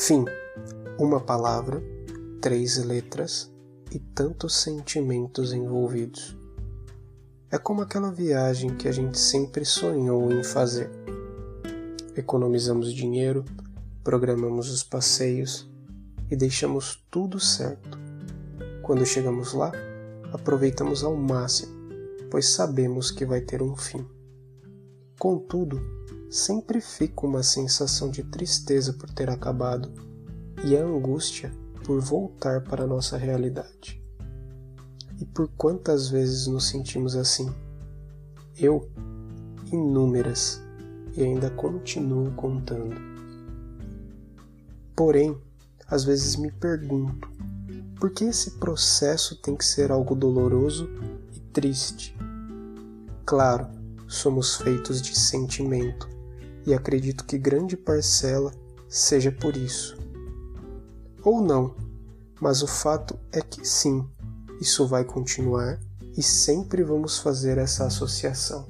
Fim, uma palavra, 3 letras e tantos sentimentos envolvidos. É como aquela viagem que a gente sempre sonhou em fazer. Economizamos dinheiro, programamos os passeios e deixamos tudo certo. Quando chegamos lá, aproveitamos ao máximo, pois sabemos que vai ter um fim. Contudo, sempre fica uma sensação de tristeza por ter acabado e a angústia por voltar para a nossa realidade. E por quantas vezes nos sentimos assim? Eu, inúmeras, e ainda continuo contando. Porém, às vezes me pergunto, por que esse processo tem que ser algo doloroso e triste? Claro, somos feitos de sentimento, e acredito que grande parcela seja por isso. Ou não, mas o fato é que sim, isso vai continuar e sempre vamos fazer essa associação.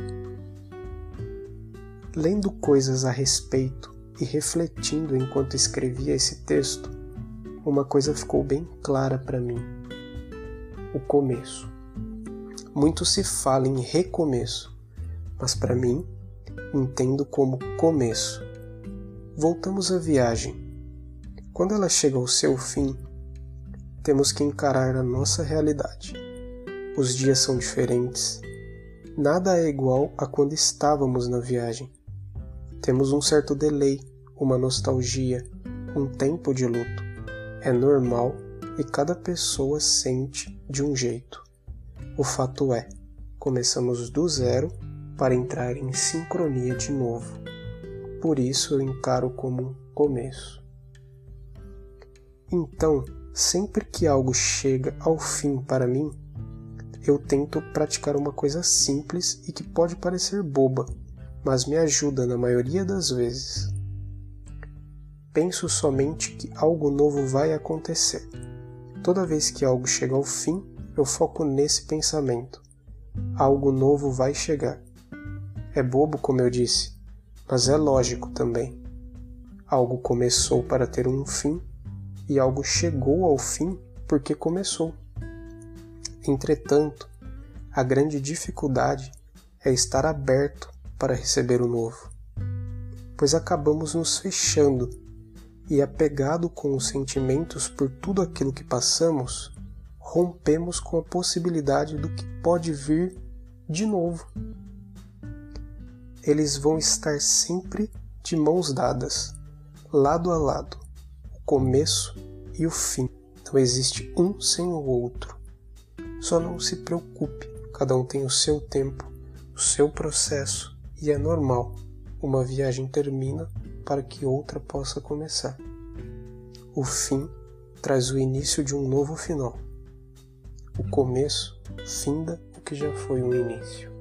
Lendo coisas a respeito e refletindo enquanto escrevia esse texto, uma coisa ficou bem clara para mim: o começo. Muito se fala em recomeço, mas para mim, entendo como começo. Voltamos à viagem. Quando ela chega ao seu fim, temos que encarar a nossa realidade. Os dias são diferentes. Nada é igual a quando estávamos na viagem. Temos um certo delay, uma nostalgia, um tempo de luto. É normal e cada pessoa sente de um jeito. O fato é, começamos do zero para entrar em sincronia de novo. Por isso eu encaro como um começo. Então, sempre que algo chega ao fim para mim, eu tento praticar uma coisa simples e que pode parecer boba, mas me ajuda na maioria das vezes. Penso somente que algo novo vai acontecer. Toda vez que algo chega ao fim, eu foco nesse pensamento. Algo novo vai chegar. É bobo, como eu disse, mas é lógico também. Algo começou para ter um fim e algo chegou ao fim porque começou. Entretanto, a grande dificuldade é estar aberto para receber o novo, pois acabamos nos fechando e, apegado com os sentimentos por tudo aquilo que passamos, rompemos com a possibilidade do que pode vir de novo. Eles vão estar sempre de mãos dadas, lado a lado, o começo e o fim. Não existe um sem o outro. Só não se preocupe, cada um tem o seu tempo, o seu processo, e é normal. Uma viagem termina para que outra possa começar. O fim traz o início de um novo final. O começo finda o que já foi um início.